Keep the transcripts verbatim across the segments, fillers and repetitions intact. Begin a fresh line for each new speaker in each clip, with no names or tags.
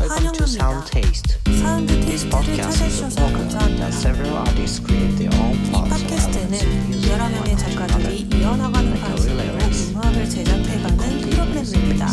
환영합니다. 사운드 테이스트를 찾아주셔서 감사합니다. 이 팟캐스트는 여러 명의 작가들이 이어나가는 방식으로 음악을 제작해가는 프로그램입니다.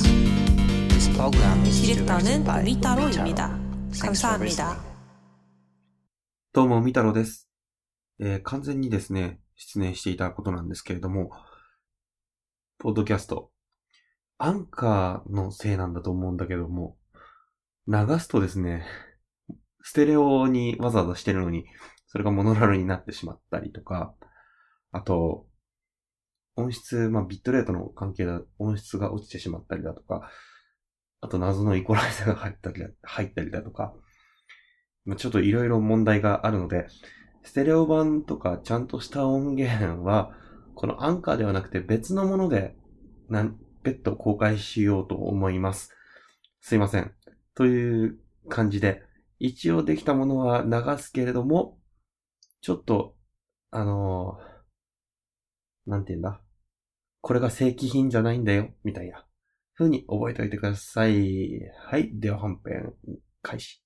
디렉터는 우미타로입니다. 감사합니다.
どうも、みたろです。えー、完全にですね、失念していたことなんですけれども、ポッドキャスト、アンカーのせいなんだと思うんだけども、流すとですね、ステレオにわざわざしてるのに、それがモノラルになってしまったりとか、あと、音質、まあ、ビットレートの関係で音質が落ちてしまったりだとか、あと謎のイコライザーが入ったりだ、入ったりだとか、ちょっといろいろ問題があるので、ステレオ版とかちゃんとした音源は、このアンカーではなくて別のもので、なん別途公開しようと思います。すいません。という感じで、一応できたものは流すけれども、ちょっと、あのー、なんて言うんだ。これが正規品じゃないんだよ、みたいな風に覚えておいてください。はい。では本編開始。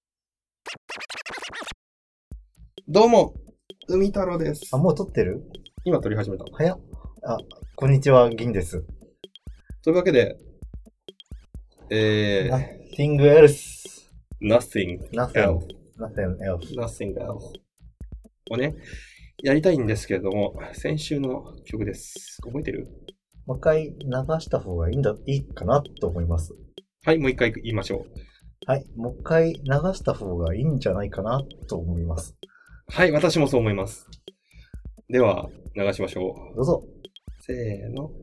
どうも、海太郎です。
あ、もう撮ってる？
今撮り始めた。
早っ。あ、こんにちは、銀です。
というわけで、え
ー、nothing else.
nothing
nothing nothing else.
nothing else をね、やりたいんですけれども、先週の曲です。覚えてる？
もう一回流した方がいいんだ、いいかなと思います。
はい、もう一回言いましょう。
はい、もう一回流した方がいいんじゃないかなと思います。
はい、私もそう思います。では、流しましょう。
どうぞ。
せーの。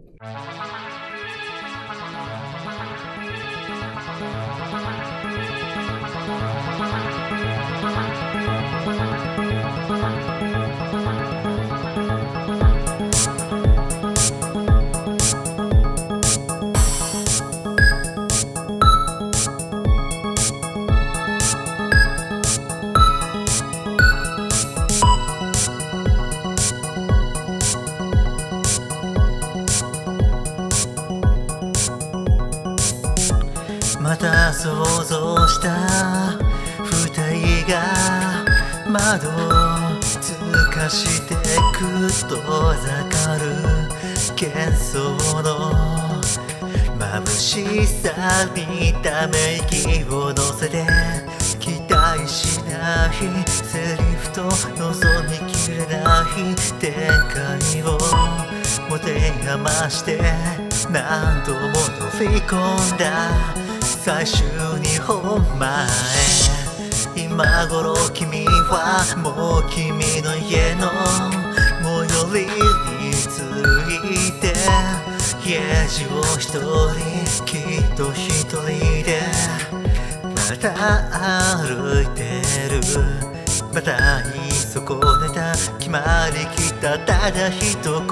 また想像した二人が窓を通過してくとざかる幻想の眩しさにため息を乗せて期待しないセリフと望みきれない展開を持て余して何度も飛び込んだ最終に本前今頃君はもう君の家の最寄りに着いて家路を一人きっと一人でまた歩いてるまた言い損ねた決まりきったただ一言を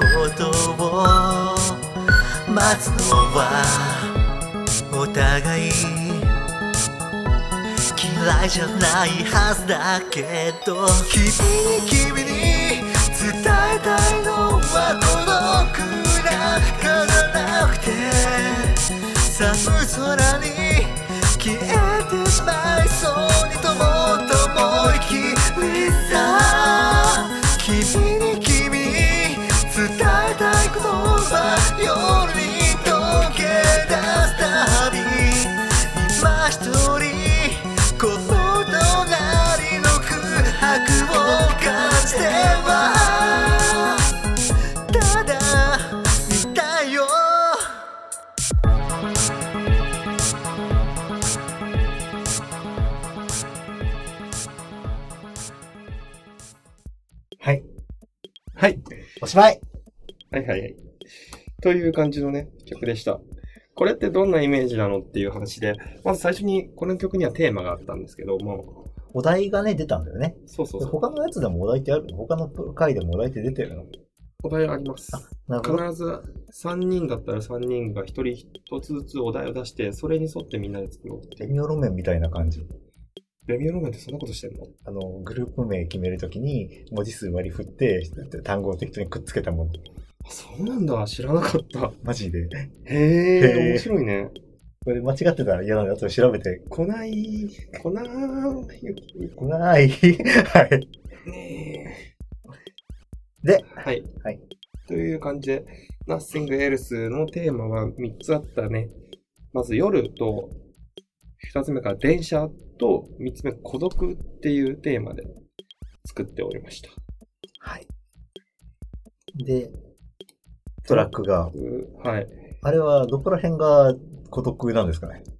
待つのはお互い嫌いじゃないはずだけど君に君に伝えたいのは孤独だからなくて寒空に消えてしまいそうにともともいきりさ君に君に伝えたいことは夜に溶け出すたび今一人この隣の空白を感じてはただ見たよ
はい
はい。
おしまい。
はいはいはい。という感じのね、曲でした。これってどんなイメージなのっていう話で、まず最初にこの曲にはテーマがあったんですけども、
お題がね、出たんだよね。
そうそうそう。
他のやつでもお題ってあるの？他の回でもお題って出てるの？
お題あります。
なるほど。
必ずさんにんだったらさんにんがひとりひとつずつお題を出して、それに沿ってみんなで作ろうって。
レミオロメンみたいな感じ。
レミオロメンってそんなことしてんの？
あの、グループ名決めるときに文字数割り振って単語を適当にくっつけたもの。
そうなんだ。知らなかった。
マジで。
へー、面白いね。
これ間違ってたら嫌なので、後で調べて。
来ない、来なー、
来ない。はい。
ね
で、
はい。
はい。
という感じで、Nothing Else のテーマはみっつあったね。まず夜と、ふたつめから電車と、みっつめ孤独っていうテーマで作っておりました。
はい。で、トラックが、
はい。
あれはどこら辺が孤独なんですかね？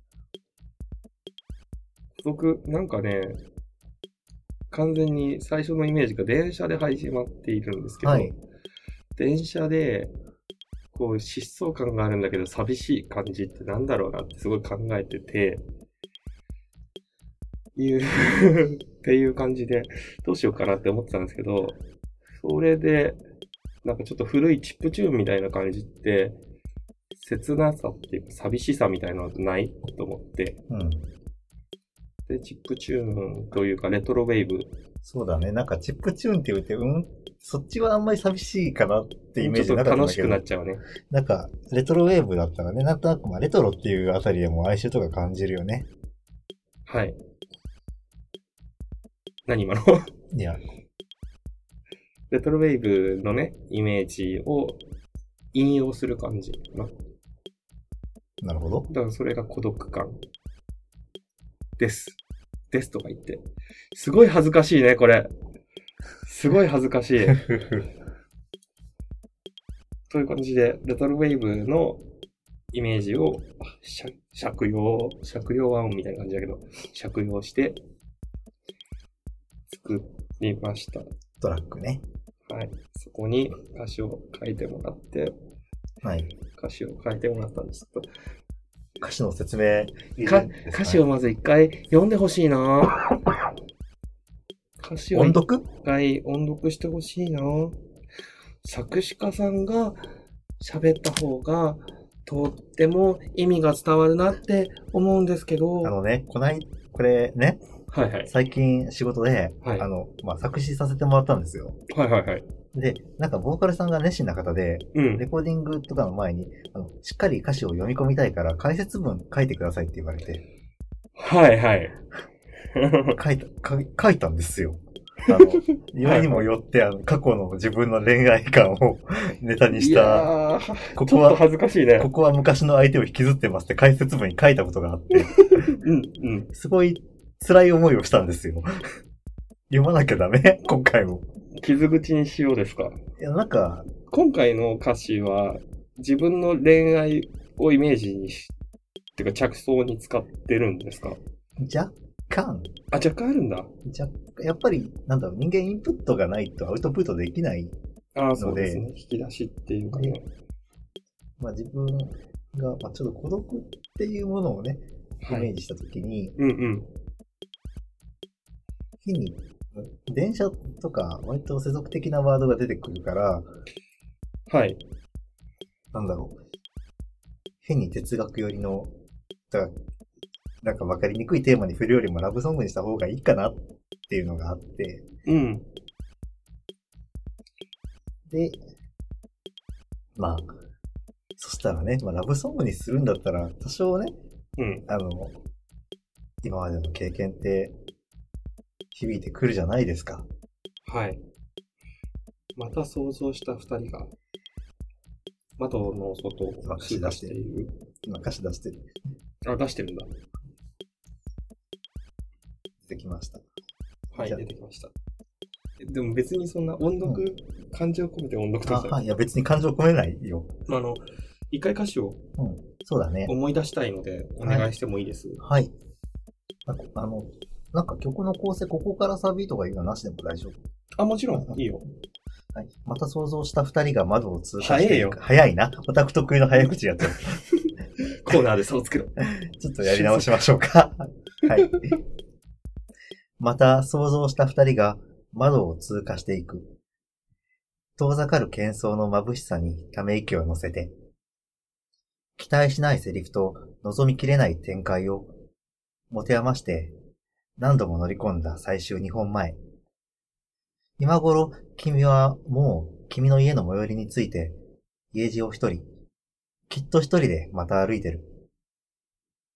孤独、なんかね、完全に最初のイメージが電車で始まっているんですけど、はい、電車で、こう、疾走感があるんだけど、寂しい感じってなんだろうなってすごい考えてて、いうっていう感じで、どうしようかなって思ってたんですけど、それで、なんかちょっと古いチップチューンみたいな感じって、切なさっていうか寂しさみたいなのはないと思って、うん、で、チップチューンというかレトロウェーブ。
そうだね。なんかチップチューンって言うて、うん、そっちはあんまり寂しいかなってイメージなかったんだけど。ちょっと楽しくなっちゃうね。なんか、レトロウェーブだったらね、なんとなくまあレトロっていうあたりでも哀愁とか感じるよね。
はい。何今の
いや。
レトロウェーブのね、イメージを引用する感じかな。
なるほど。
だからそれが孤独感です。ですとか言って。すごい恥ずかしいね、これ。すごい恥ずかしい。という感じで、レトロウェーブのイメージを借用、借用和音みたいな感じだけど、借用して作りました。
トラックね。
はい。そこに歌詞を書いてもらって、
はい。
歌詞を書いてもらったんです。
歌詞の説明いい
か、歌詞をまず一回読んでほしいな。歌詞を一回音読してほしいな。作詞家さんが喋った方がとっても意味が伝わるなって思うんですけど。
あのね、こない、これね。
はいはい。
最近仕事で、はい、あの、まあ、作詞させてもらったんですよ。
はいはいはい。
で、なんかボーカルさんが熱心な方で、うん、レコーディングとかの前にあの、しっかり歌詞を読み込みたいから解説文書いてくださいって言われて。
はいはい。
書いた、書いたんですよ。あの、よりにもよって、あの、過去の自分の恋愛観をネタにした、
ここは、ちょっと恥ずかしいね。
ここは昔の相手を引きずってますって解説文に書いたことがあって、
うんうん、
すごい辛い思いをしたんですよ。読まなきゃダメ今回も。
傷口にしようですか。
いや、なんか、
今回の歌詞は、自分の恋愛をイメージにし、っていうか着想に使ってるんですか？
若干。
あ、若干あるんだ。
若干、やっぱり、なんだろう、人間インプットがないとアウトプットできないので。
ああ、そうですね。引き出しっていうかね。
まあ自分が、まあ、ちょっと孤独っていうものをね、イメージしたときに、
はい、うんうん。
変に、電車とか割と世俗的なワードが出てくるから、
はい。
なんだろう。変に哲学寄りの、だからなんか分かりにくいテーマに振るよりもラブソングにした方がいいかなっていうのがあって。
うん。
で、まあ、そしたらね、まあ、ラブソングにするんだったら、多少ね、
うん、
あの、今までの経験って響いてくるじゃないですか。
はい。また想像した二人が、窓の外を通過している。
今歌詞出してる。
あ、出してるんだ。
出てきました。
はい、出てきました。でも別にそんな音読、うん、感情を込めて音読と
か。はい、いや別に感情を込めないよ。
あの、一回歌詞を、
うん、そうだね。
思い出したいので、お願いしてもいいです。
はい。はい、あの、なんか曲の構成、ここからサビとかいうのなしでも大丈夫？
あ、もちろん、いいよ。
はい。また想像した二人が窓を通過して。
早いよ。
早いな。オタク得意の早口やつ。
コーナーで差をつけろ。
ちょっとやり直しましょうか。はい。また想像した二人が窓を通過していく。遠ざかる喧騒の眩しさにため息を乗せて。期待しないセリフと望みきれない展開を持て余して何度も乗り込んだ最終にほんまえ。今頃君はもう君の家の最寄りについて家路を一人、きっと一人でまた歩いてる。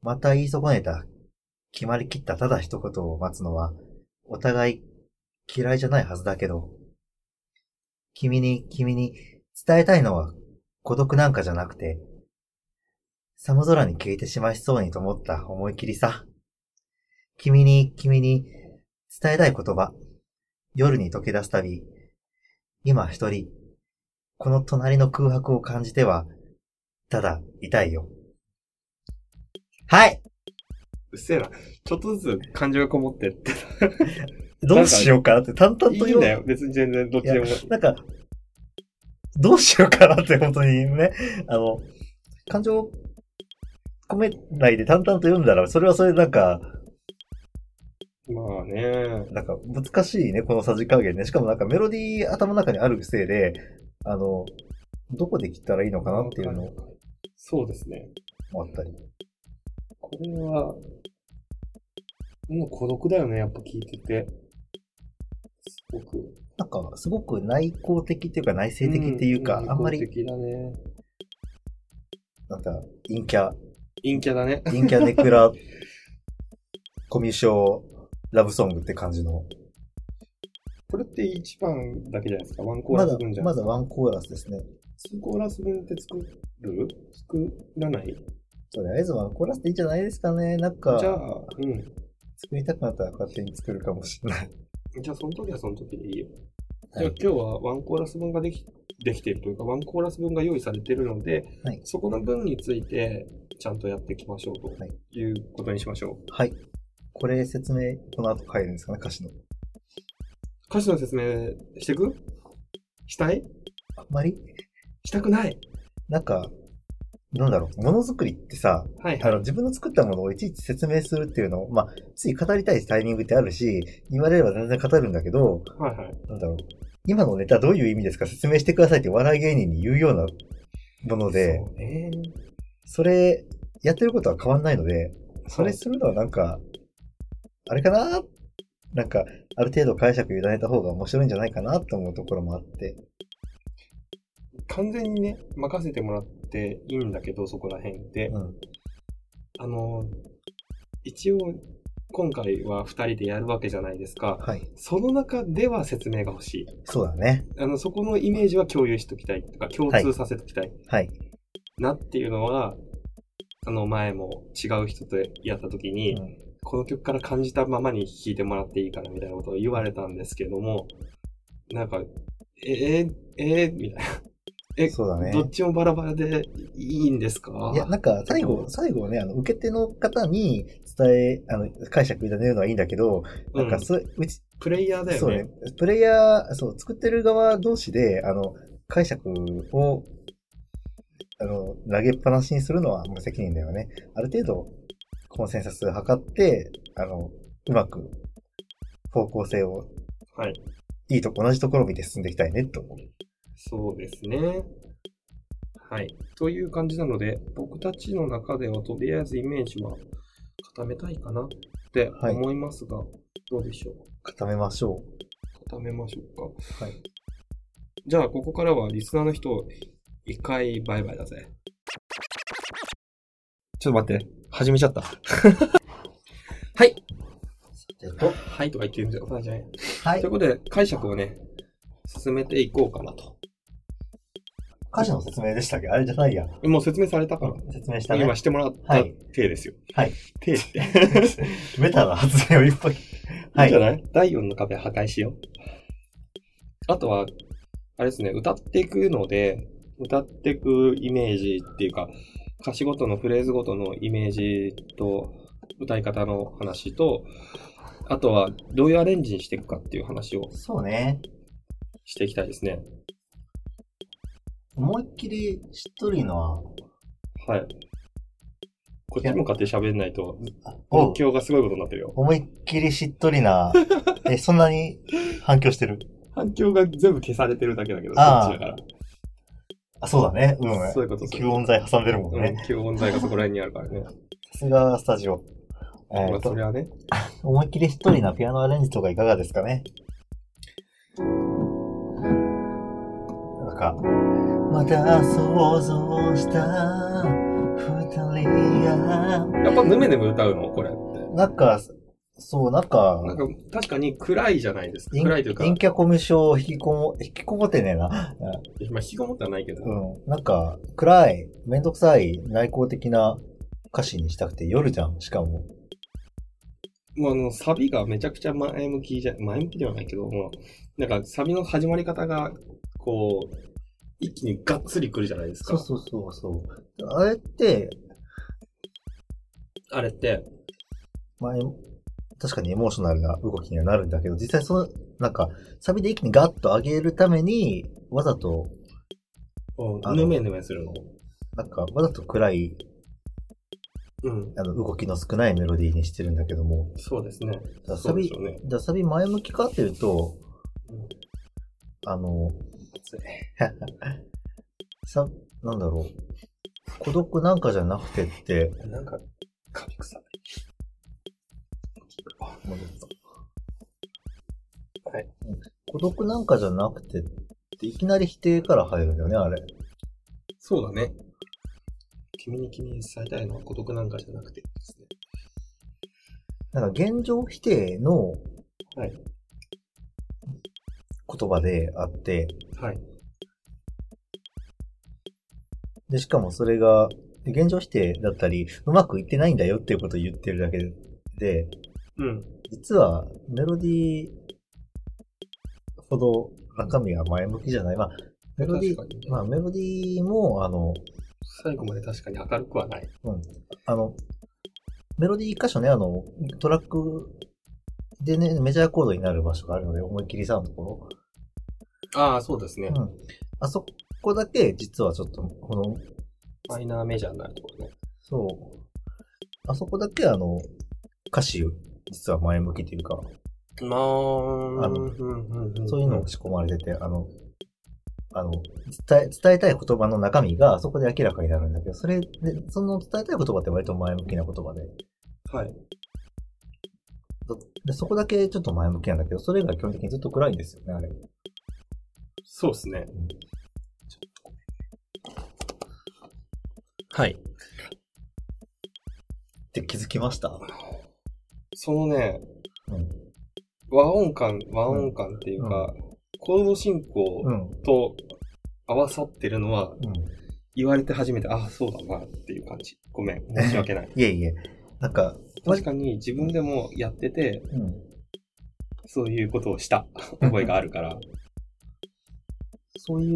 また言い損ねた、決まりきったただ一言を待つのは、お互い嫌いじゃないはずだけど、君に、君に伝えたいのは孤独なんかじゃなくて、寒空に消えてしまいそうにと思った思い切りさ。君に、君に伝えたい言葉、夜に溶け出すたび、今一人、この隣の空白を感じては、ただ痛いよ。はい。
うっせえな。ちょっとずつ感情がこもってって。
どうしようかなって淡々と言う。
いいんだよ。別に全然どっちでも。
なんか、どうしようかなって本当にね、あの、感情込めないで淡々と読んだら、それはそれでなんか、
まあね。
なんか難しいね、このさじ加減ね。しかもなんかメロディー頭の中にあるせいで、あの、どこで切ったらいいのかなっていうの
そうですね。
もあったり。
これは、もう孤独だよね、やっぱ聞いてて。すごく。
なんか、すごく内向的っていうか内省的っていうか、
うん、
あんまり、
内向的だね。
なんか、陰キャ、
陰キャだね。
陰キャネクラ、コミュ障、ラブソングって感じの。
これって一番だけじゃないですか。ワンコーラス分じゃないですか。
まだ、まだワンコーラスですね。
ツーコーラス分って作る作らない？
とりあえずワンコーラスでいいんじゃないですかね。なんか、
じゃあ、うん。
作りたくなったら勝手に作るかもしれない。
じゃあ、その時はその時でいいよ。
はい、
じゃあ、今日はワンコーラス分ができ、できているというか、ワンコーラス分が用意されているので、
はい、
そこの分について、ちゃんとやっていきましょうということにしましょう。
はい。これ説明、この後変えるんですかね、歌詞の。
歌詞の説明していく？したい？
あんまり
したくない。
なんか、なんだろう、ものづくりってさ、
はいはい、
あの自分の作ったものをいちいち説明するっていうのを、まあ、つい語りたいタイミングってあるし、言われれば全然語るんだけど、
はいはい、
なんだろう、今のネタどういう意味ですか説明してくださいって笑い芸人に言うようなもので、
そうね、
それ、やってることは変わんないので、それするのはなんか、あれかななんか、ある程度解釈委ねた方が面白いんじゃないかなと思うところもあって。
完全にね、任せてもらっていいんだけど、そこら辺って。うん、あの、一応、今回はふたりでやるわけじゃないですか。
はい。
その中では説明が欲しい。
そうだね。
あの、そこのイメージは共有しときたいとか、共通させときたい。
はい。
なっていうのは、あの、前も違う人とやった時に、うん、この曲から感じたままに弾いてもらっていいからみたいなことを言われたんですけども、なんか、えー、えー、みたいな。え、そうだね。どっちもバラバラでいいんですか？
いや、なんか、最後、最後ね、あの、受け手の方に伝え、あの、解釈委ねるのはいいんだけど、なんか、それ、うち、
プレイヤーだよね。
そうね。プレイヤー、そう、作ってる側同士で、あの、解釈を、あの、投げっぱなしにするのは無責任だよね。ある程度、コンセンサスを図って、あの、うまく、方向性を、
はい。
いいとこ、同じところを見て進んでいきたいね、と思う。
そうですね。はい。という感じなので、僕たちの中ではとりあえずイメージは固めたいかなって思いますが、はい、どうでしょう？
固めましょ
う。固めましょう
か。はい。
じゃあ、ここからはリスナーの人、一回バイバイだぜ。ちょっと待って。始めちゃった。はい。
えっと、
はいとか言ってるんじゃないじゃない。
はい。
ということで、解釈をね、進めていこうかなと。
歌詞の説明でしたっけ？あれじゃないや。
もう説明されたから。
説明したね。
今してもらった体ですよ。
はい。
体って。
メタな発言をいっぱい。
はい。いいんじゃない？だいよんの壁破壊しよう。あとは、あれですね、歌っていくので、歌っていくイメージっていうか、歌詞ごとのフレーズごとのイメージと、歌い方の話と、あとはどういうアレンジにしていくかっていう話を。
そうね。
していきたいですね。
思いっきりしっとりのは、
はい。こっちも勝手に喋んないと、音響がすごいことになってるよ。
思いっきりしっとりな、え、そんなに反響してる？
反響が全部消されてるだけだけど、こっちだから。
あ、そうだね。うん。
そういうこと。
吸音材挟んでるもんね。
うん、吸音材がそこら辺にあるからね。
さすがスタジオ。
えー、まあ、それはね。
思いっきりしっとりなピアノアレンジとかいかがですかね？なんか、また想像した二人
やっぱヌメヌメ歌うのこれって。
なんか、そう、なんか、
なんか確かに暗いじゃないですか。暗いというか。
陰キャコミュ障引きこも、引きこもってねえな。
まあ引きこもってはないけど。
うん。なんか、暗い、めんどくさい、内向的な歌詞にしたくて夜じゃん、しかも。
もうあの、サビがめちゃくちゃ前向きじゃ、前向きではないけど、もう、なんかサビの始まり方が、こう、一気にがっつり来るじゃないですか。
そうそうそうそう。あれって、
あれって、
前、確かにエモーショナルな動きにはなるんだけど、実際その、なんか、サビで一気にガッと上げるために、わざと、
ぬめぬめするの
なんか、わざと暗い、
うん、
あの動きの少ないメロディーにしてるんだけども。
そうですね。
だサビ、ね、だサビ前向きかっていうと、うん、あの、さ、なんだろう。孤独なんかじゃなくてって。
なんか、カビ臭い。
戻った。はい。孤独なんかじゃなくてって、いきなり否定から入るんだよね、あれ。
そうだね。君に君に伝えたいのは孤独なんかじゃなくてですね。
なんか現状否定の、
はい。
言葉であって、
はい。
で、しかもそれが、現状否定だったり、うまくいってないんだよっていうことを言ってるだけで、
うん。
実は、メロディーほど中身は前向きじゃない。まあ、メロディー、ね、まあ、メロディーも、あの、
最後まで確かに明るくはない。
うん。あの、メロディー箇所ね、あの、トラックでね、メジャーコードになる場所があるので、思いっきりサウンドのとこ
ろ。ああ、そうですね。
うん。あそこだけ、実はちょっと、この、
マイナーメジャーになるところね。
そう。あそこだけ、あの、歌詞、実は前向きというか、
まあ、
あの、そういうのを仕込まれてて、あの、あの、伝え、伝えたい言葉の中身がそこで明らかになるんだけど、それで、その伝えたい言葉って割と前向きな言葉で。
はい。
でそこだけちょっと前向きなんだけど、それが基本的にずっと暗いんですよね、あれ。
そうですね。うん、ちょっとはい。
って気づきました？
そのね、
うん、
和音感、和音感っていうか、うん、コード進行と合わさってるのは、うん、言われて初めて、ああ、そうだなっていう感じ。ごめん、申し訳ない。
いえいえ。なんか、
確かに自分でもやってて、うん、そういうことをした覚えがあるから。
そういう、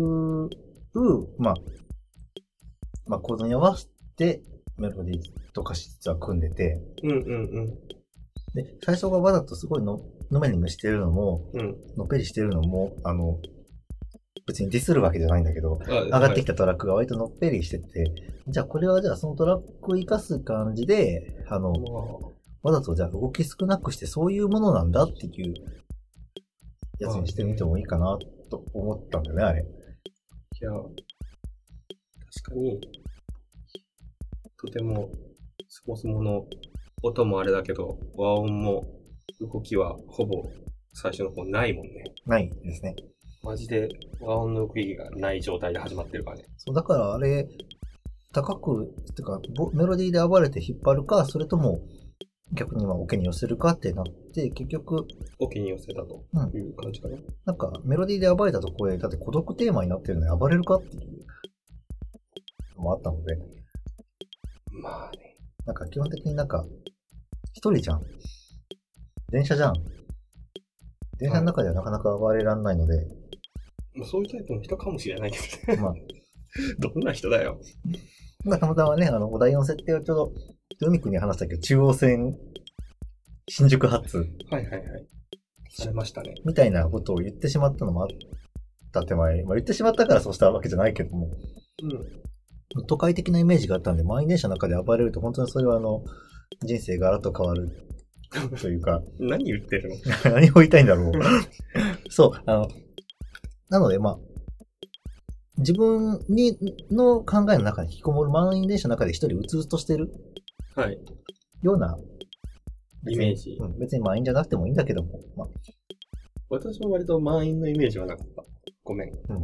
まあ、まあ、コードに合わせてメロディーと歌詞実は組んでて、
うんうんうん。
で、最初がわざとすごいの、のめにめしてるのも、うん、のっぺりしてるのも、あの、別にディスるわけじゃないんだけど、上がってきたトラックが割とのっぺりしてて、じゃあこれはじゃあそのトラックを活かす感じで、あの、わざとじゃあ動き少なくしてそういうものなんだっていうやつにしてみてもいいかなと思ったんだよね、あれ。
いや、確かに、とても、そもそもの音もあれだけど、和音も動きはほぼ最初の方ないもんね。
ないですね。
マジで和音の動きがない状態で始まってるからね。
そう、だからあれ、高く、てか、メロディーで暴れて引っ張るか、それとも逆にまあオケに寄せるかってなって、結局、
オケに寄せたという感じかな。うん、
なんか、メロディーで暴れたところで、だって孤独テーマになってるのに暴れるかっていうのもあったので。
まあね。
なんか基本的になんか、一人じゃん。電車じゃん。電車の中ではなかなか暴れらんないので。はい、
まあ、そういうタイプの人かもしれないけどね。まあ。どんな人だよ。
まあ、たまたまね、あの、お題の設定をちょうど、海くんに話したけど、中央線、新宿発。
はいはいはい。されましたね。
みたいなことを言ってしまったのもあった手前。まあ、言ってしまったからそうしたわけじゃないけども。うん。都会的なイメージがあったんで、満員電車の中で暴れると、本当にそれはあの、人生がガラッと変わる。というか。
何言ってるの
何を言いたいんだろう。そう、あの、なので、まあ、自分にの考えの中に引きこもる満員電車の中で一人うつうつとしてる。
はい。
ような、
イメージ、
うん。別に満員じゃなくてもいいんだけども。まあ、
私は割と満員のイメージはなかった。ごめん。うん。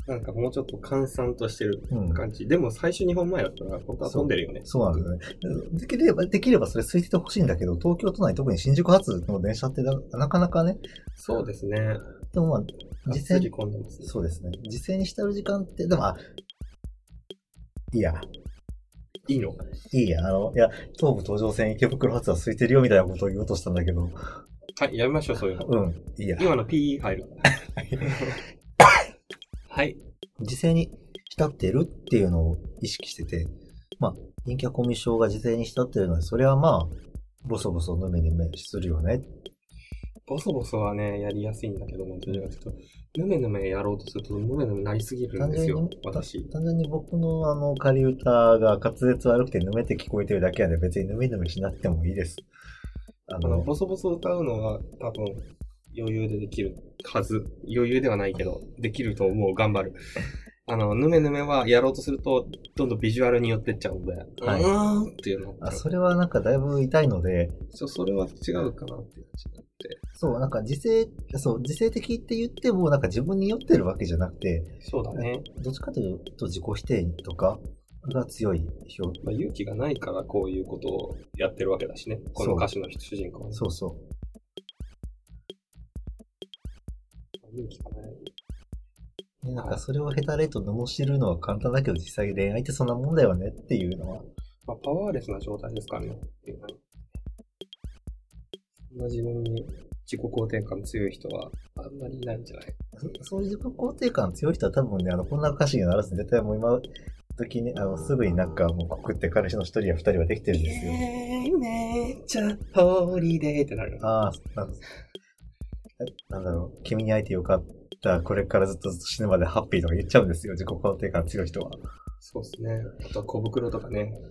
なんかもうちょっと閑散としてる
うん。
感じ。でも最初にほんまえだったら本当は飛んでるよね。
そうなんだよね。できれば、できればそれ空いててほしいんだけど、東京都内特に新宿発の電車ってななかなかね、
そうですね。
でもまあ、
がっ
実際に、
つり混んでますね。
そうですね。実際にしてる時間って、でも、あ、いいや、
いいの
いいや、あの、いや、東武東上線池袋発は空いてるよみたいなことを言おうとしたんだけど、
はい、やめましょう、そういうの。
うん、いいや。
今の P 入る。はい。
時勢に浸ってるっていうのを意識してて、まあ、陰キャコミュ障が時勢に浸ってるので、それはまあ、ボソボソぬめぬめするよね。
ボソボソはね、やりやすいんだけども、どちらかというと、ぬめぬめやろうとすると、ぬめぬめなりすぎるんですよ、私。
単純に僕のあの仮歌が滑舌悪くてぬめて聞こえてるだけなんで、別にぬめぬめしなくてもいいです。あ
あの、ボソボソ歌うのは多分余裕でできるはず。余裕ではないけど、できると思う。頑張る。あの、ぬめぬめはやろうとすると、どんどんビジュアルに寄ってっちゃうので、
はいう
ーんっていうの
あ、それはなんかだいぶ痛いので、
そそれは違うかなっていう感じになって。
そう、なんか時勢、そう、時勢的って言っても、なんか自分に酔ってるわけじゃなくて、
そうだね。
どっちかというと自己否定とかが強い表
まあ、勇気がないからこういうことをやってるわけだしね。この歌手の主人公はね。
そうそう。
勇気がない。
ね、なんかそれをヘタレと罵るのは簡単だけど、実際恋愛ってそんなもんだよねっていうのは。
まあ、パワーレスな状態ですからね。そんな自分に自己肯定感強い人はあんまりいないんじゃない？
そそういう自己肯定感強い人は多分ね、あの、こんな歌詞にならず、絶対もう今時ね、あの、すぐになんかもう告って彼氏の一人や二人はできてるんですよ。
えー、めっちゃホリデーってなる。
ああ、なんなんだろう、君に会えてよかった、これからずっと死ぬまでハッピーとか言っちゃうんですよ、自己肯定感強い人は。
そうですね。あとは小袋とかね。
ね、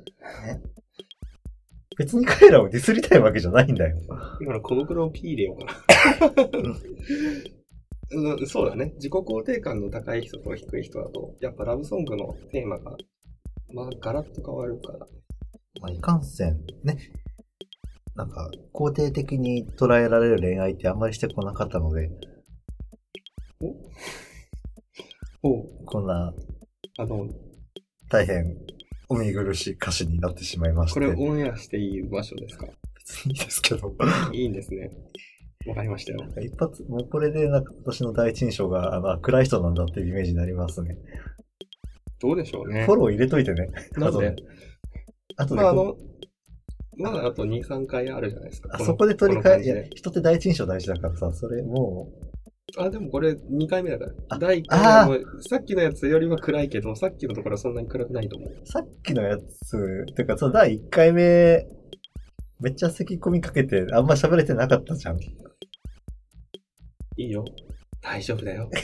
別に彼らをディスりたいわけじゃないんだよ。
今の小袋を P 入れようかな。うん、そうだね。自己肯定感の高い人と低い人だと、やっぱラブソングのテーマが、まあ、ガラッと変わるから。
まあ、いかんせん、ね。なんか、肯定的に捉えられる恋愛ってあんまりしてこなかったので、
おお
こんな
あの、
大変お見苦しい歌詞になってしまいまして。
これオンエアしていい場所ですか？
別にいいですけど。
いいんですね。わかりましたよ。
一発、もうこれでなんか私の第一印象が、あの、暗い人なんだっていうイメージになりますね。
どうでしょうね。
フォロー入れといてね。
なんで
あとで、
まあ、あの、まだあとに、さんかいあるじゃないですか。
あ
この
そこで取り替え、いや
この感じで、
人って第一印象大事だからさ、それも
あ、でもこれにかいめだから。
あ
だいいっかいめはもうさっきのやつよりは暗いけど、さっきのところはそんなに暗くないと思う。
う、さっきのやつ、てか、そのだいいっかいめ、めっちゃ咳込みかけて、あんま喋れてなかったじゃん。
いいよ。大丈夫だよ。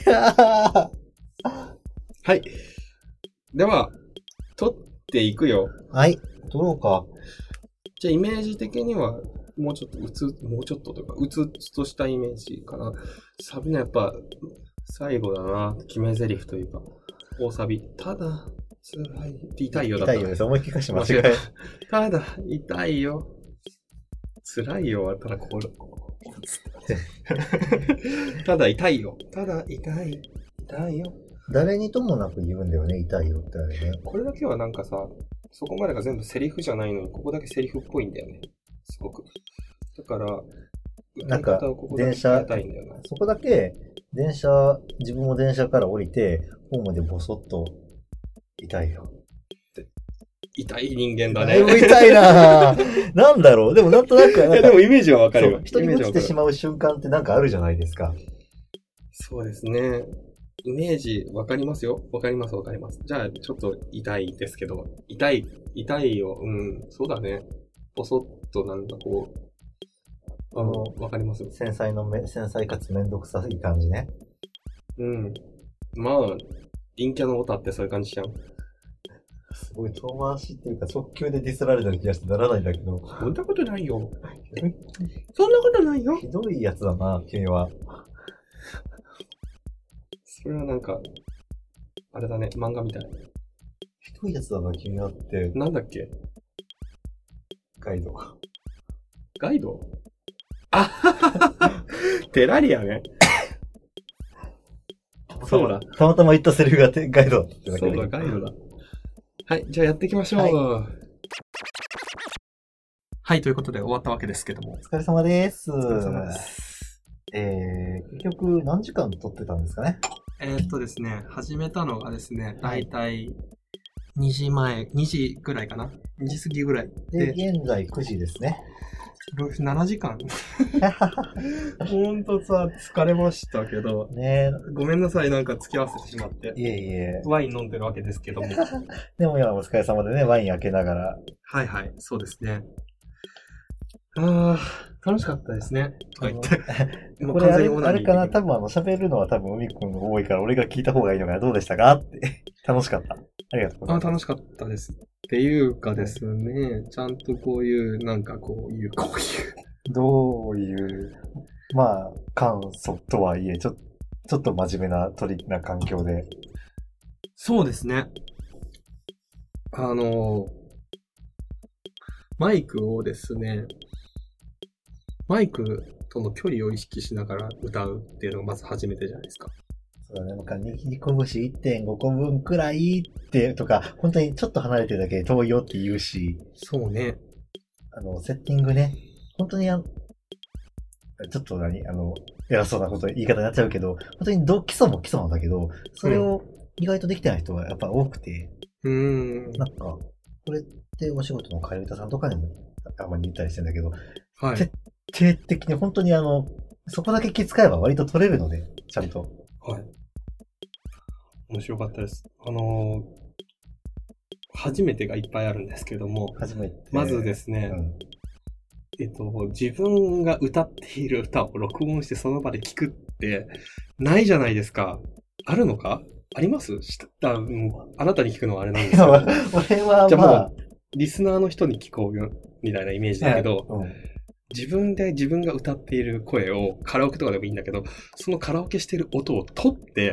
はい。では、撮っていくよ。
はい、撮ろうか。
じゃあイメージ的には、もうちょっとうつ、もうちょっとというか、うつうつとしたイメージかな。サビのやっぱ、最後だな。決め台詞というか、大サビ。ただ、辛い。痛いよだった。
痛いよです。思いっきり歌詞間違え
間違え。ただ、痛いよ。辛いよ。ただ、こう、ただ痛いよ。ただ痛い。痛いよ。
誰にともなく言うんだよね、痛いよってあれね。
これだけはなんかさ、そこまでが全部セリフじゃないのに、ここだけセリフっぽいんだよね。すごく。だから、
なんか
歌い方をここだけ変えたいんだよな。
そこだけ、電車、自分も電車から降りて、ホームでボソッと、痛いよ。
痛い人間だ
だいぶ
ね。
痛いなぁ。なんだろう。でもなんとなく、なんか
いや、でもイメージはわかるよ。
そう人に
イメージはわかる
落ちてしまう瞬間ってなんかあるじゃないですか。
そうですね。イメージわかりますよ。わかりますわかります。じゃあ、ちょっと痛いですけど、痛い、痛いよ。うん、そうだね。ボソッとなんかこう、あの、わかります。
繊細のめ、繊細かつめんどくさい感じね。
うん。まあ、陰キャのオタってそういう感じじゃん。
すごい遠回しっていうか、速球でディスられた気がしてならないんだけど。
そんなことないよ。そんなことないよ。
ひどいやつだな、君は。
それはなんか、あれだね、漫画みたい。
ひどいやつだな、君はって。
なんだっけ
ガイド。
ガイドあはははテラリアね。 そうだ。
たまたま言ったセリフがガイドだったってだけで。
そうだ、ガイドだ。はい、じゃあやっていきましょう。
はい、
はい、ということで終わったわけですけども。
お疲れ様です。
お疲れ様です。
えー、結局何時間撮ってたんですかね。
えー、っとですね、始めたのがですね、だいたいにじまえ、にじぐらいかな ?に 時過ぎぐらい。
で、で現在くじですね。
ななじかんほんとさ、疲れましたけど。
ね
ごめんなさい、なんか付き合わせてしまって。
いえいえ。
ワイン飲んでるわけですけども。
でも今お疲れ様でね、ワイン開けながら。
はいはい、そうですね。あー、楽しかったですね。とか言って。
これあれ、あれかな、多分あの、喋るのは多分海くんの多いから俺が聞いた方がいいのがどうでしたかって楽しかった。ありがとうございます。
あ、楽しかったです。っていうかですね、ちゃんとこういう、なんかこういう、こういう。
どういう、まあ、簡素とはいえ、ちょ、ちょっと真面目な鳥な環境で。
そうですね。あの、マイクをですね、マイクとの距離を意識しながら歌うっていうのがまず初めてじゃないですか。
そうだね。なんか、握り拳 いってんご 個分くらいってとか、本当にちょっと離れてるだけで遠いよって言うし。
そうね。
あの、セッティングね。本当にあ、ちょっと何あの、偉そうなこと言い方になっちゃうけど、本当にど基礎も基礎なんだけど、それを意外とできてない人がやっぱ多くて。
うん。
なんか、これってお仕事の替え歌さんとかにもあんまり言ったりしてんだけど、
はい。
徹底的に本当にあの、そこだけ気遣えば割と取れるので、ちゃんと。
はい。面白かったです。あのー、初めてがいっぱいあるんですけども、
初めて。
まずですね、うん、えっと、自分が歌っている歌を録音してその場で聞くってないじゃないですか。あるのか？ありますあ、うん、あなたに聞くのはあれなんですけど。
俺は、まあ、
じゃあもう、リスナーの人に聞こうよ、みたいなイメージだけど、うん、自分で自分が歌っている声をカラオケとかでもいいんだけど、そのカラオケしてる音を取って、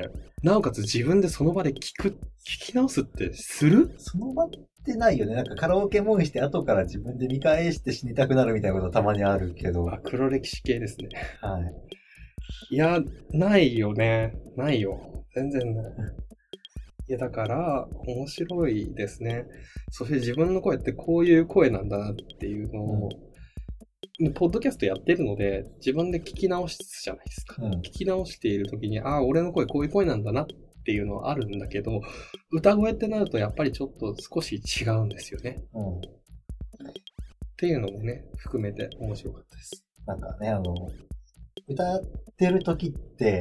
なおかつ自分でその場で聞く、聞き直すってする？
その場ってないよね。なんかカラオケもんして後から自分で見返して死にたくなるみたいなことたまにあるけど。
あ、黒歴史系ですね。
はい。
いや、ないよね。ないよ。全然ない。いや、だから、面白いですね。そして自分の声ってこういう声なんだなっていうのを、うん、ポッドキャストやってるので、自分で聞き直すじゃないですか。うん、聞き直しているときに、ああ、俺の声こういう声なんだなっていうのはあるんだけど、歌声ってなるとやっぱりちょっと少し違うんですよね。うん、っていうのもね、含めて面白かったです。
なんかね、あの、歌ってるときって、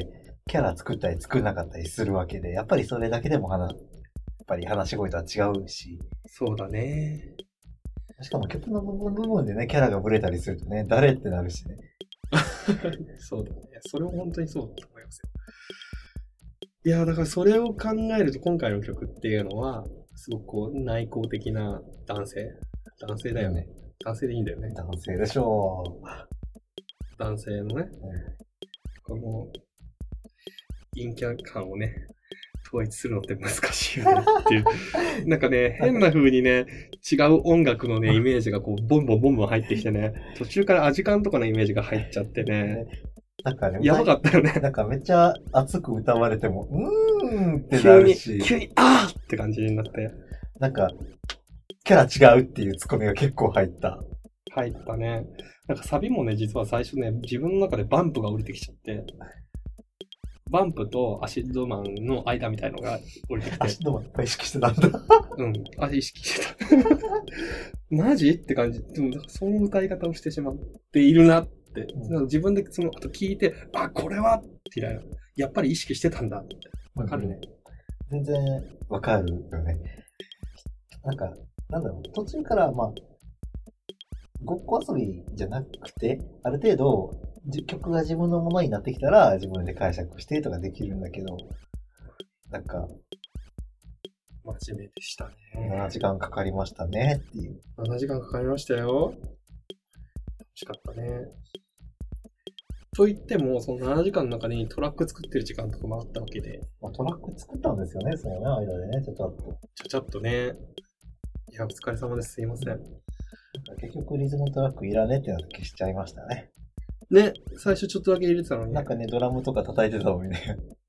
キャラ作ったり作らなかったりするわけで、やっぱりそれだけでも話、やっぱり話し声とは違うし。
そうだね。
しかも曲の部分部分でね、キャラがブレたりするとね、誰ってなるしね。
そうだね。それは本当にそうだと思いますよ。いや、だからそれを考えると今回の曲っていうのは、すごくこう内向的な男性。男性だよね。男性でいいんだよね。
男性でしょう。
男性のね、うん、この陰キャ感をね、統一するのって難しいよねっていう。なんかね、変な風にね、違う音楽のね、イメージがこう、ボンボンボンボン入ってきてね、途中からアジカンとかのイメージが入っちゃってね、
なんかね、
やばかったよね。
なんかめっちゃ熱く歌われても、うーんってなるし。
急に、急に、あーって感じになって。
なんか、キャラ違うっていうツッコミが結構入った。
入ったね。なんかサビもね、実は最初ね、自分の中でバンプが降りてきちゃって、バンプとアシッドマンの間みたいのが降りてきて。
アシッドマンいっぱい意識してたんだ。
うん、あ、意識してた。マジって感じ。でも、その歌い方をしてしまっているなって。うん、自分でその後聞いて、あ、これはってややっぱり意識してたんだって。わかるね。
うん、全然わかるよね。なんか、なんだろう、途中からまあ、ごっこ遊びじゃなくて、ある程度、曲が自分のものになってきたら自分で解釈してとかできるんだけど、なんか、
真面目でしたね。
ななじかんかかりましたねっていう。
ななじかんかかりましたよ。楽しかったね。と言っても、そのななじかんの中にトラック作ってる時間とかもあったわけで。
まあ、トラック作ったんですよね、そのね、間でね、ちょちょっと。
ちょちょっとね。いや、お疲れ様です。すいません。
結局リズムトラックいらねってなって消しちゃいましたね。
ね、最初ちょっとだけ入れてたのに、ね。
なんかね、ドラムとか叩いてたのにね。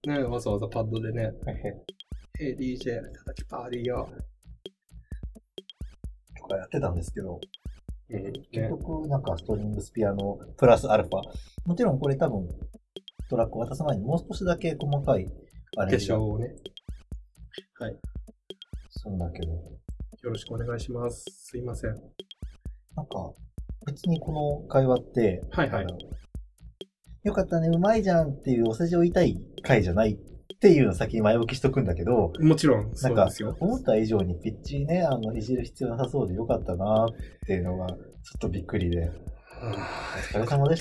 ね、わざわざパッドでね、ヘイ ディージェー 叩きパーティーよ。
とかやってたんですけど、
うん、ね、
結局なんかストリングスピアノプラスアルファ。もちろんこれ多分トラック渡す前にもう少しだけ細かいアレンジが
化粧をね。はい。
するんだけど。
よろしくお願いします。すいません。
なんか、別にこの会話って、
はいはい。
よかったね、うまいじゃんっていうお世辞を言いたい回じゃないっていうのを先に前置きしとくんだけど、
もちろん、
なか
そうんですよ。
思った以上にピッチね、あの、いじる必要なさそうでよかったなっていうのが、ちょっとびっくりで。お疲れ様でした。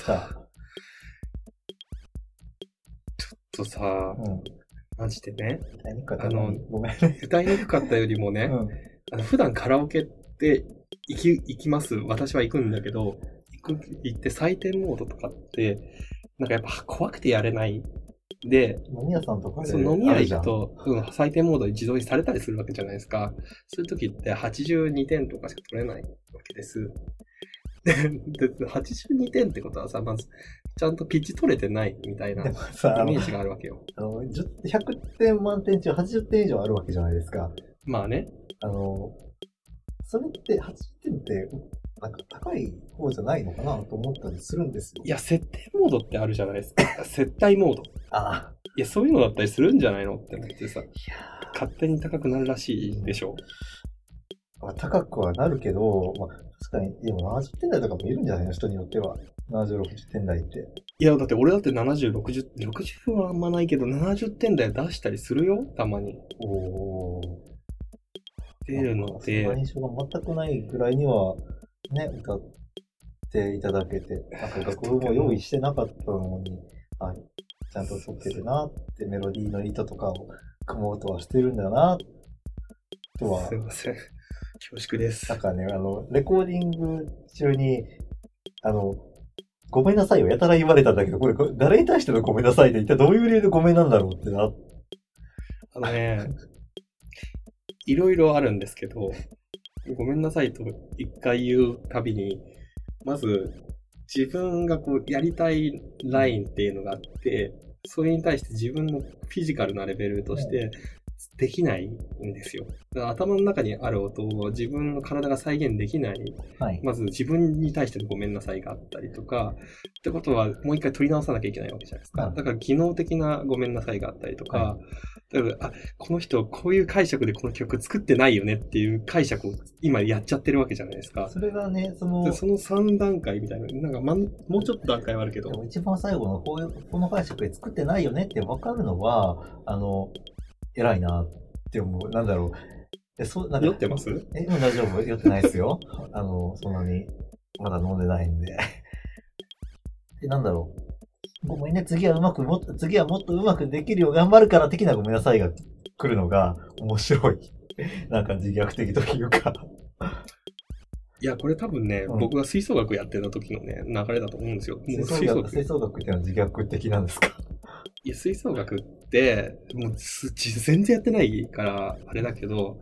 ちょっとさ、
うん。
マジでね。
歌いにくかったのにごめん。
歌いにくかったよりもね、
うん、
あの普段カラオケって行き、行きます。私は行くんだけど、行く、行って採点モードとかって、なんかやっぱ怖くてやれない。で、
飲み屋さんとかで
そう飲み屋行くと、うん、採点モードに自動にされたりするわけじゃないですか。そういう時ってはちじゅうにてんとかしか取れないわけです。で、はちじゅうにてんってことはさ、まず、ちゃんとピッチ取れてないみたいなイメージがあるわけよ。
あの、ひゃくてん満点中はちじゅってん以上あるわけじゃないですか。
まあね。
あの、それってはちじゅってんって、なんか高い方じゃないのかなと思ったりするんですよ。
いや、設定モードってあるじゃないですか。接待モード。
ああ。
いや、そういうのだったりするんじゃないのって思ってさ。勝手に高くなるらしいでしょ。
まあ、高くはなるけど、まあ、確かに、でもななじゅってん台とかもいるんじゃないの人によっては。ななじゅう、ろくじゅってん台って。
いや、だって俺だってななじゅう、ろくじゅう、ろくじゅうはあんまないけど、ななじゅってん台出したりするよ、たまに。
おー。
っていうので。
そんな印象が全くないぐらいには、ね、歌っていただけて、なんか楽譜も用意してなかったのに、あ、ちゃんと撮ってるなってメロディーの糸とかを組もうとはしてるんだなとは。
すいません。恐縮です。
なんかね、あの、レコーディング中に、あの、ごめんなさいをやたら言われたんだけど、これ誰に対してのごめんなさいって一体どういう理由でごめんなんだろうってな。
あのね、いろいろあるんですけど、ごめんなさいと一回言うたびに、まず自分がこうやりたいラインっていうのがあって、それに対して自分のフィジカルなレベルとしてできないんですよ。だから頭の中にある音を自分の体が再現できない。
はい、
まず自分に対してのごめんなさいがあったりとか、ってことはもう一回取り直さなきゃいけないわけじゃないですか。だから技能的なごめんなさいがあったりとか、はい、だからあ、この人こういう解釈でこの曲作ってないよねっていう解釈を今やっちゃってるわけじゃないですか。
それがね、その、
そのさん段階みたいな、なんか、ま、もうちょっと段階はあるけど。
でも一番最後のこういう、この解釈で作ってないよねって分かるのは、あの、偉いなって思う。なんだろう。え、そう、なんか
酔ってます？
え、大丈夫？酔ってないですよ。あの、そんなに、まだ飲んでないんで。え、なんだろう。ごめんね、次はうまく、もっと、次はもっとうまくできるよう頑張るから的なごめんなさいが来るのが面白い。なんか自虐的というか。
いや、これ多分ね、うん、僕が吹奏楽やってた時のね、流れだと思うんですよ。もう
吹奏楽、吹奏楽っていうのは自虐的なんですか？
いや、吹奏楽って、もう全然やってないから、あれだけど、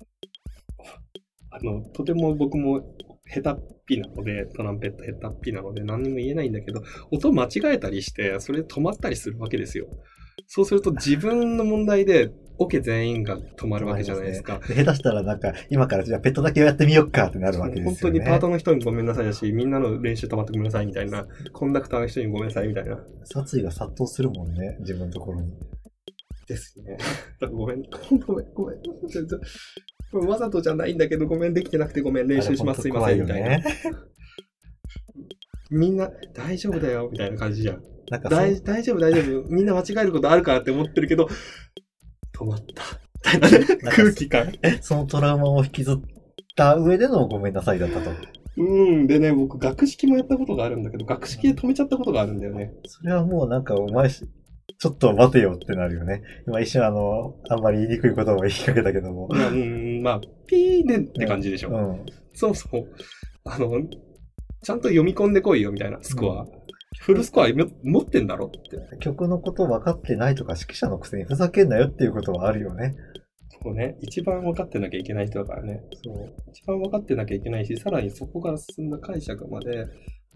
あの、とても僕も下手っぴなので、トランペット下手っぴなので何にも言えないんだけど、音間違えたりして、それで止まったりするわけですよ。そうすると自分の問題で、オケ全員が止まるわけじゃないですか。
すね、下手したらなんか、今からじゃあペットだけやってみようかってなるわけですよね。
本当にパートの人にごめんなさいだし、みんなの練習止まってごめんなさいみたいな、コンダクターの人にごめんなさいみたいな。
殺意が殺到するもんね、自分のところに。
ですね。ごめん、ごめん、ごめん。わざとじゃないんだけど、ごめん、できてなくてごめん、練習します、すいません、みたいな。みんな、大丈夫だよ、みたいな感じじゃん。なんか大, 大丈夫、大丈夫。みんな間違えることあるからって思ってるけど、止まった。空気感。
そのトラウマを引きずった上でのごめんなさいだったと。
うん。でね、僕、学識もやったことがあるんだけど、学識で止めちゃったことがあるんだよね。
それはもうなんか、お前し、ちょっと待てよってなるよね。今一瞬あの、あんまり言いにくいことを言いかけたけども。
うん、まあ、ピーねって感じでしょ。うん。そうそう。あの、ちゃんと読み込んでこいよみたいなスコア。うん、フルスコア持ってんだろって。
曲のこと分かってないとか指揮者のくせにふざけんなよっていうことはあるよね。
そうね。一番分かってなきゃいけない人だからね。そう。一番分かってなきゃいけないし、さらにそこから進んだ解釈まで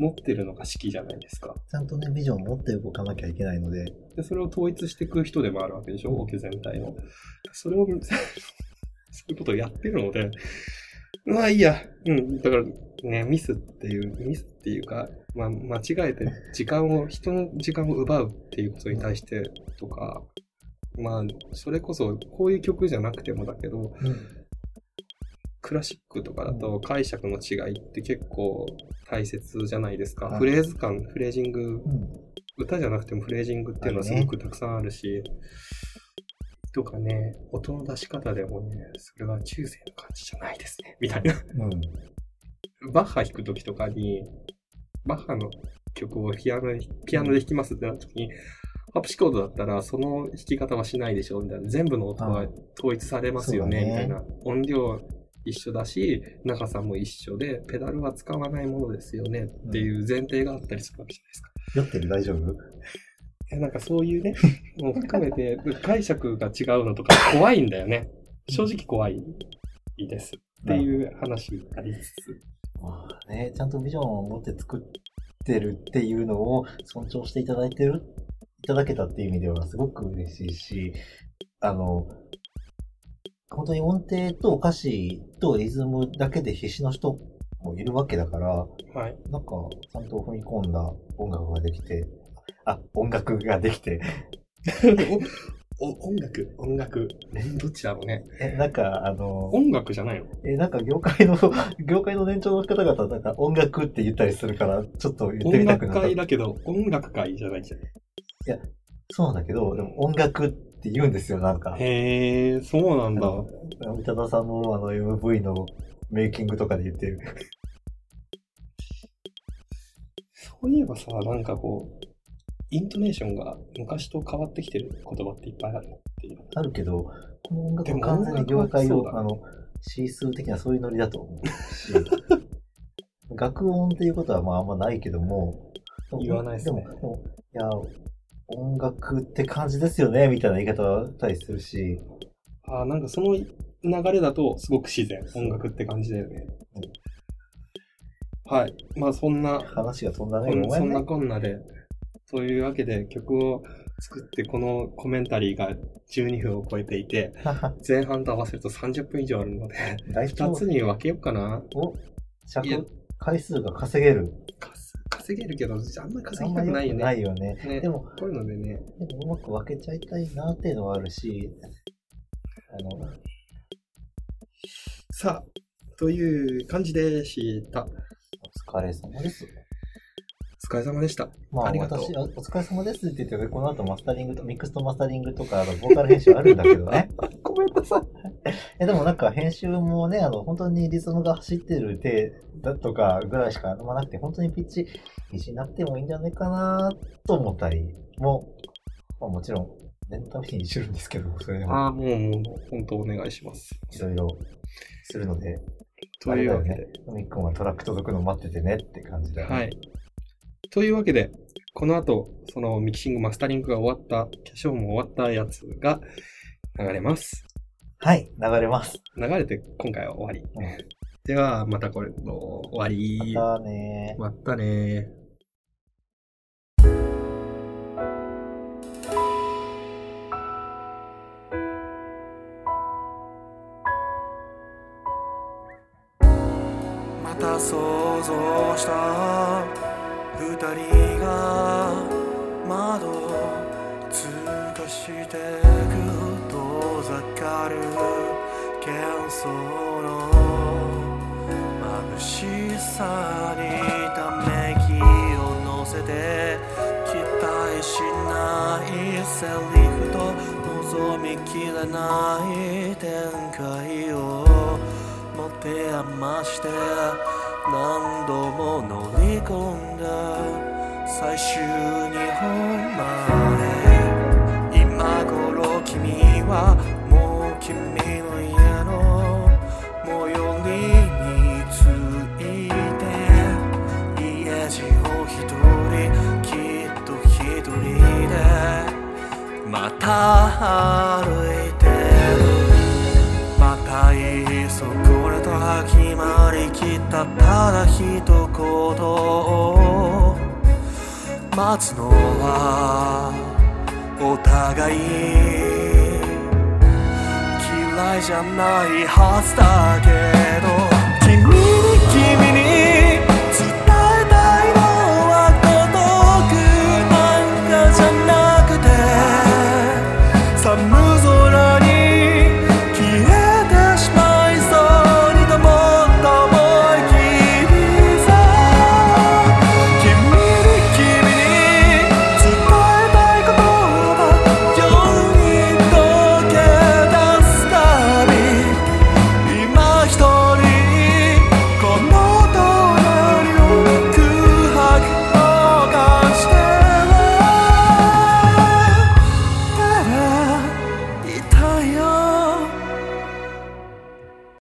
持ってるのが式じゃないですか。
ちゃんとね、ビジョンを持って動かなきゃいけないので。
で、それを統一していく人でもあるわけでしょ、オケ全体の。それを、そういうことをやってるので、まあいいや。うん。だからね、ミスっていう、ミスっていうか、まあ間違えて時間を、人の時間を奪うっていうことに対してとか、まあ、それこそ、こういう曲じゃなくてもだけど、うん、クラシックとかだと解釈の違いって結構大切じゃないですか。うん、フレーズ感、フレージング、うん、歌じゃなくてもフレージングっていうのはすごくたくさんあるし、とかね、音の出し方でもね、それは中世の感じじゃないですね、みたいな。うん、バッハ弾くときとかに、バッハの曲をピアノで、ピアノで弾きますってなったときに、ハプシコードだったらその弾き方はしないでしょみたいな。全部の音は統一されますよね、みたいな。音量一緒だし、長さも一緒で、ペダルは使わないものですよねっていう前提があったりするわけじゃないですか。
酔ってる大丈夫？
なんかそういうね、もう含めて解釈が違うのとか怖いんだよね。正直怖いですっていう話ありつつ。
まあね、ちゃんとビジョンを持って作ってるっていうのを尊重していただいてる、いただけたっていう意味ではすごく嬉しいし、あの、本当に音程と歌詞とリズムだけで必死の人もいるわけだから、はい、なんかちゃんと踏み込んだ音楽ができて、あ、音楽ができて
お音楽音楽どっちだろうね。
え、なんかあの
音楽じゃないの？
え、なんか業界の業界の年長の方々なんか音楽って言ったりするからちょっと言ってみたくなった。
音楽会だけど音楽会じゃないじゃん。い
や、そうなんだけど、でも音楽って言うんですよ、なんか。
へー、そうなんだ。
宇多田さんのあの エムブイ のメイキングとかで言ってる。
そういえばさ、なんかこう、イントネーションが昔と変わってきてる言葉っていっぱいあるっていう。
あるけど、この音楽は完全に業界を、あの、指数的なそういうノリだと思うし、楽音っていうことはまああんまないけども、
言わないですね。
でも、でもいや、音楽って感じですよね、みたいな言い方はあったりするし。
ああ、なんかその流れだとすごく自然。音楽って感じだよね。うん、はい。まあそんな、
話が飛んだね。
そんなこんなで、というわけで曲を作ってこのコメンタリーがじゅうにふんを超えていて、前半と合わせるとさんじゅっぷん以上あるので、ふたつに分けようかな。
お、尺回数が稼げる。
稼げるけど、あんまり稼ぎたくないよね。
ないよね。
ね、
でも、
こういうのでね。
でもうまく分けちゃいたいなっていうのはあるし、あの、
さあ、という感じでした。
お疲れ様です。
お疲れ様でした。
まあ、ありがとう。私、お疲れ様ですって言って、この後マスタリングと、ミックスとマスタリングとか、あの、ボーカル編集あるんだけどね。
ごめんなさい。
え、でもなんか編集もね、あの、本当にリズムが走ってる手だとかぐらいしかまなくて、本当にピッチ、ピッチになってもいいんじゃないかなと思ったりも、まあもちろん、念のためにいじるんですけど、それでも。
ああ、もう、もう、本当お願いします。
いろいろするので。
というわけで。
ね、みっくんはトラック届くの待っててねって感じだよね。
はい。というわけで、この後、そのミキシング、マスタリングが終わった、化粧も終わったやつが流れます。
はい、流れます。
流れて今回は終わり。うん、では、またこれの終わり。
またね
またね
また想像した二人が窓通過してく遠ざかる幻想の眩しさにため息を乗せて期待しないセリフと望みきれない展開を持て余して何度も乗り込んだ最終日本前今頃君はもう君の家の最寄りに着いて家路を一人きっと一人でまた歩いてるまたいそこれと決まりきったただ一言を待つのはお互い嫌いじゃないはずだけど